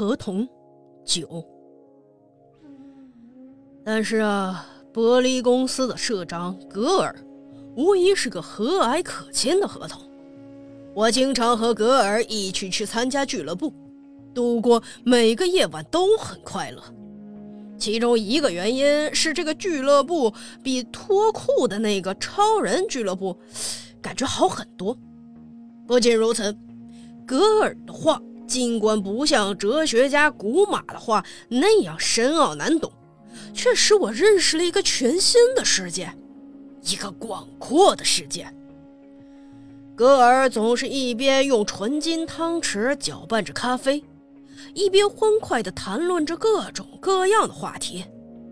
合同9。但是玻璃公司的社长格尔无疑是个和蔼可亲的合同。我经常和格尔一起去参加俱乐部，度过每个夜晚都很快乐。其中一个原因是这个俱乐部比脱裤的那个超人俱乐部感觉好很多。不仅如此，格尔的话尽管不像哲学家古马的话那样深奥难懂，却使我认识了一个全新的世界，一个广阔的世界。格尔总是一边用纯金汤匙搅拌着咖啡，一边欢快地谈论着各种各样的话题。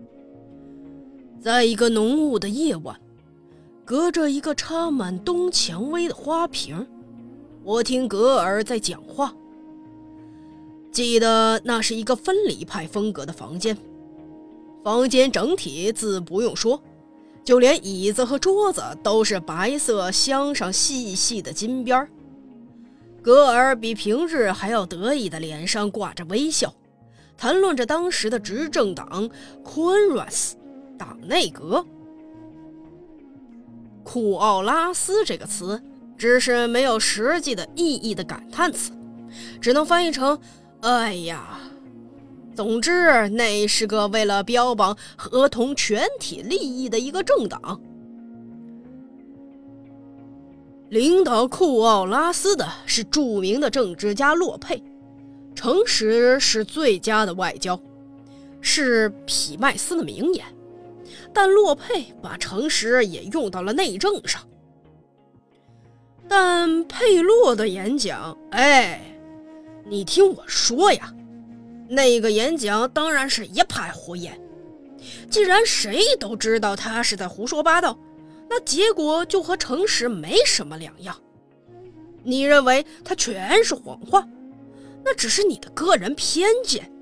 在一个浓雾的夜晚，隔着一个插满冬蔷薇的花瓶，我听格尔在讲话。记得那是一个分离派风格的房间，房间整体自不用说，就连椅子和桌子都是白色镶上细细的金边。格尔比平日还要得意的脸上挂着微笑，谈论着当时的执政党昆软斯党内阁。库奥拉斯这个词只是没有实际的意义的感叹词，只能翻译成哎呀。总之，那是个为了标榜合同全体利益的一个政党。领导库奥拉斯的是著名的政治家洛佩，诚实是最佳的外交，是匹麦斯的名言，但洛佩把诚实也用到了内政上。但佩洛的演讲，你听我说呀，那个演讲当然是一派胡言。既然谁都知道他是在胡说八道，那结果就和诚实没什么两样。你认为他全是谎话，那只是你的个人偏见。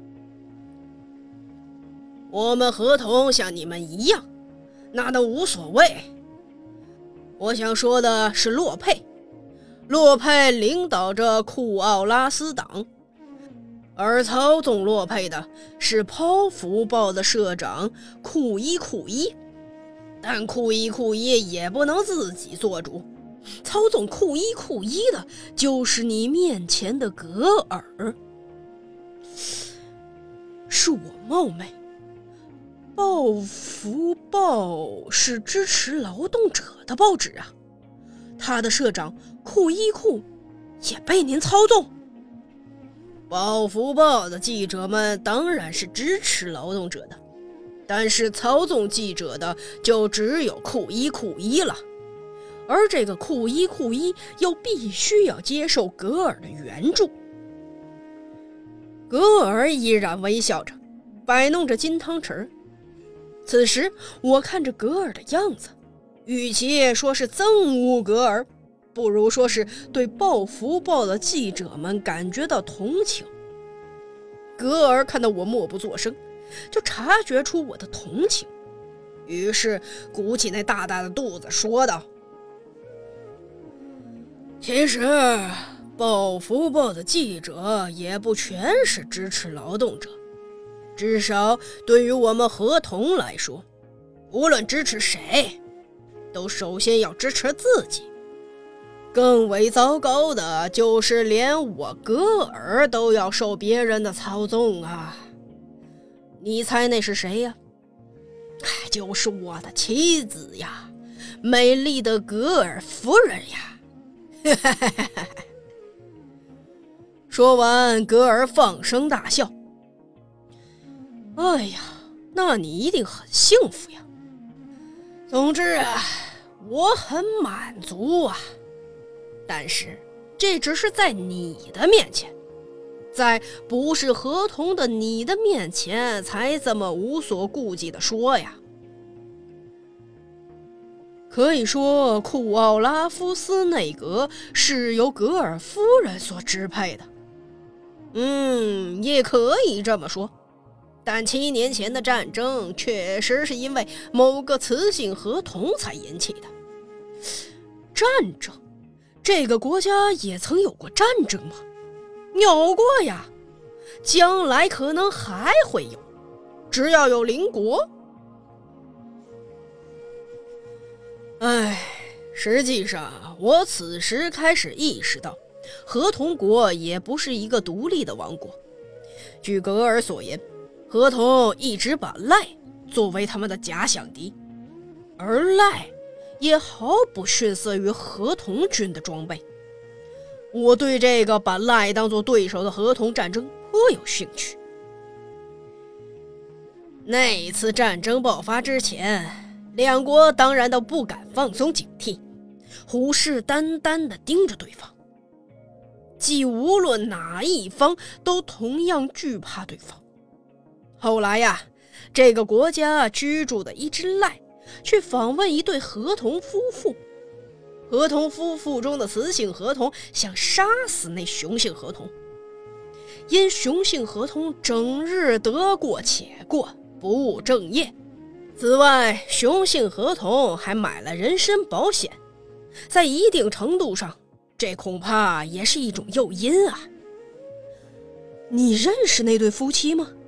我们合同像你们一样，那都无所谓。我想说的是洛佩领导着库奥拉斯党，而操纵洛佩的是泡芙报的社长库伊，但库伊也不能自己做主，操纵库伊的就是你面前的格尔。恕我冒昧，报福报是支持劳动者的报纸啊，他的社长库伊也被您操纵。报福报的记者们当然是支持劳动者的，但是操纵记者的就只有库伊了，而这个库伊又必须要接受格尔的援助。格尔依然微笑着，摆弄着金汤匙。此时我看着格尔的样子，与其说是憎恶格尔，不如说是对报福报的记者们感觉到同情。格尔看到我默不作声，就察觉出我的同情，于是鼓起那大大的肚子说道：其实报福报的记者也不全是支持劳动者，至少对于我们合同来说，无论支持谁，都首先要支持自己。更为糟糕的就是连我格尔都要受别人的操纵啊！你猜那是谁呀？就是我的妻子呀，美丽的格尔夫人呀！说完，格尔放声大笑。哎呀，那你一定很幸福呀。总之啊，我很满足啊。但是这只是在你的面前，在不是合同的你的面前才这么无所顾忌地说呀。可以说库奥拉夫斯内阁是由格尔夫人所支配的。也可以这么说。但7年前的战争确实是因为某个雌性合同才引起的。战争？这个国家也曾有过战争吗？有过呀。 将来可能还会有，只要有邻国。实际上我此时开始意识到，河童国也不是一个独立的王国。据格尔所言，河童一直把赖作为他们的假想敌，而赖也毫不逊色于河童军的装备。我对这个把赖当作对手的河童战争颇有兴趣。那一次战争爆发之前，两国当然都不敢放松警惕，虎视眈眈地盯着对方，即无论哪一方都同样惧怕对方。后来呀，这个国家居住的一只赖去访问一对河童夫妇，河童夫妇中的雌性河童想杀死那雄性河童，因雄性河童整日得过且过，不务正业。此外，雄性河童还买了人身保险，在一定程度上，这恐怕也是一种诱因啊。你认识那对夫妻吗？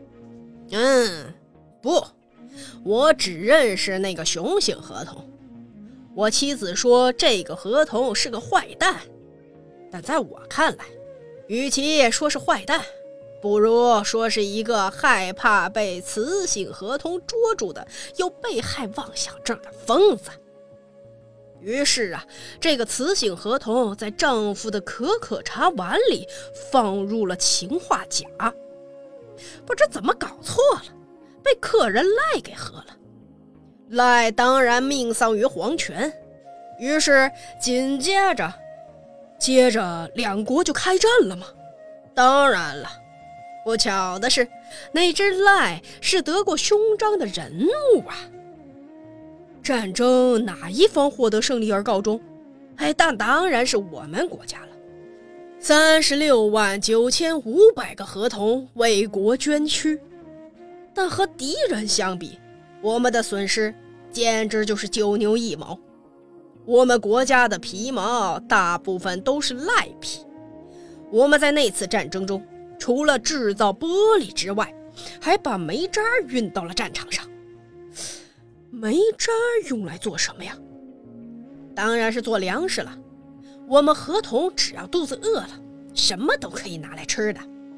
不，我只认识那个雄性河童。我妻子说这个河童是个坏蛋，但在我看来，与其说是坏蛋，不如说是一个害怕被雌性河童捉住的有被害妄想症的疯子。于是啊，这个雌性河童在丈夫的可可茶碗里放入了氰化钾，不知怎么搞错了，被客人赖给喝了。赖当然命丧于黄泉，于是紧接着两国就开战了吗？当然了，不巧的是，那只赖是得过勋章的人物啊。战争哪一方获得胜利而告终？但当然是我们国家了。369500个河童为国捐躯，但和敌人相比，我们的损失简直就是九牛一毛。我们国家的皮毛大部分都是赖皮，我们在那次战争中，除了制造玻璃之外，还把煤渣运到了战场上。煤渣用来做什么呀？当然是做粮食了。我们河童只要肚子饿了，什么都可以拿来吃的。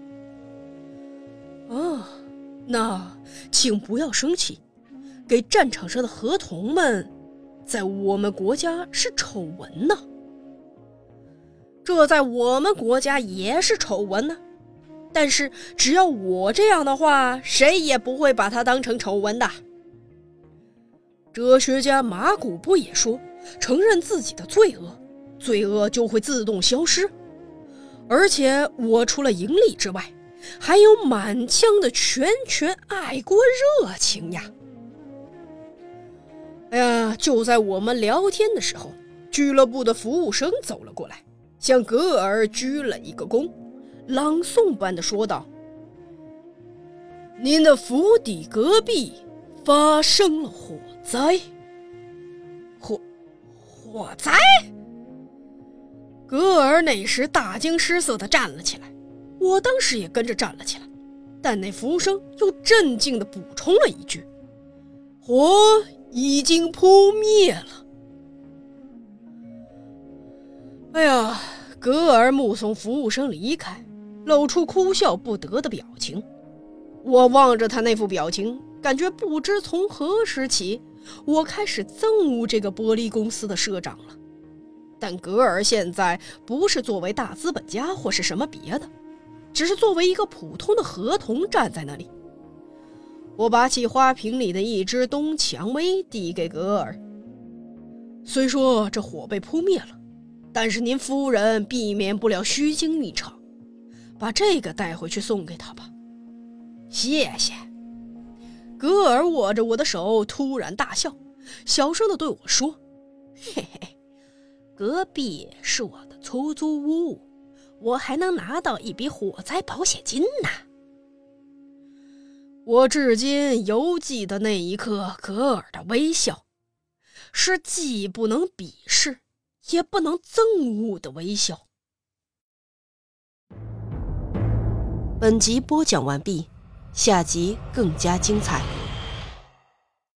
那请不要生气，给战场上的河童们在我们国家是丑闻呢。这在我们国家也是丑闻呢，但是只要我这样的话，谁也不会把它当成丑闻的。哲学家马古不也说，承认自己的罪恶，罪恶就会自动消失。而且我除了盈利之外，还有满腔的拳爱国热情呀。就在我们聊天的时候，俱乐部的服务生走了过来，向格尔鞠了一个躬，朗诵般的说道：您的府邸隔壁发生了火灾。火灾？格尔那时大惊失色地站了起来，我当时也跟着站了起来，但那服务生又镇静地补充了一句：火已经扑灭了。格尔目送服务生离开，露出哭笑不得的表情。我望着他那副表情，感觉不知从何时起，我开始憎恶这个玻璃公司的社长了。但格尔现在不是作为大资本家或是什么别的，只是作为一个普通的河童站在那里。我拔起花瓶里的一只冬蔷薇递给格尔。虽说这火被扑灭了，但是您夫人避免不了虚惊一场，把这个带回去送给她吧。谢谢。格尔握着我的手突然大笑，小声地对我说：嘿嘿，隔壁是我的出租屋，我还能拿到一笔火灾保险金呢。我至今犹记得那一刻格尔的微笑，是既不能鄙视也不能憎恶的微笑。 本集播讲完毕，下集更加精彩。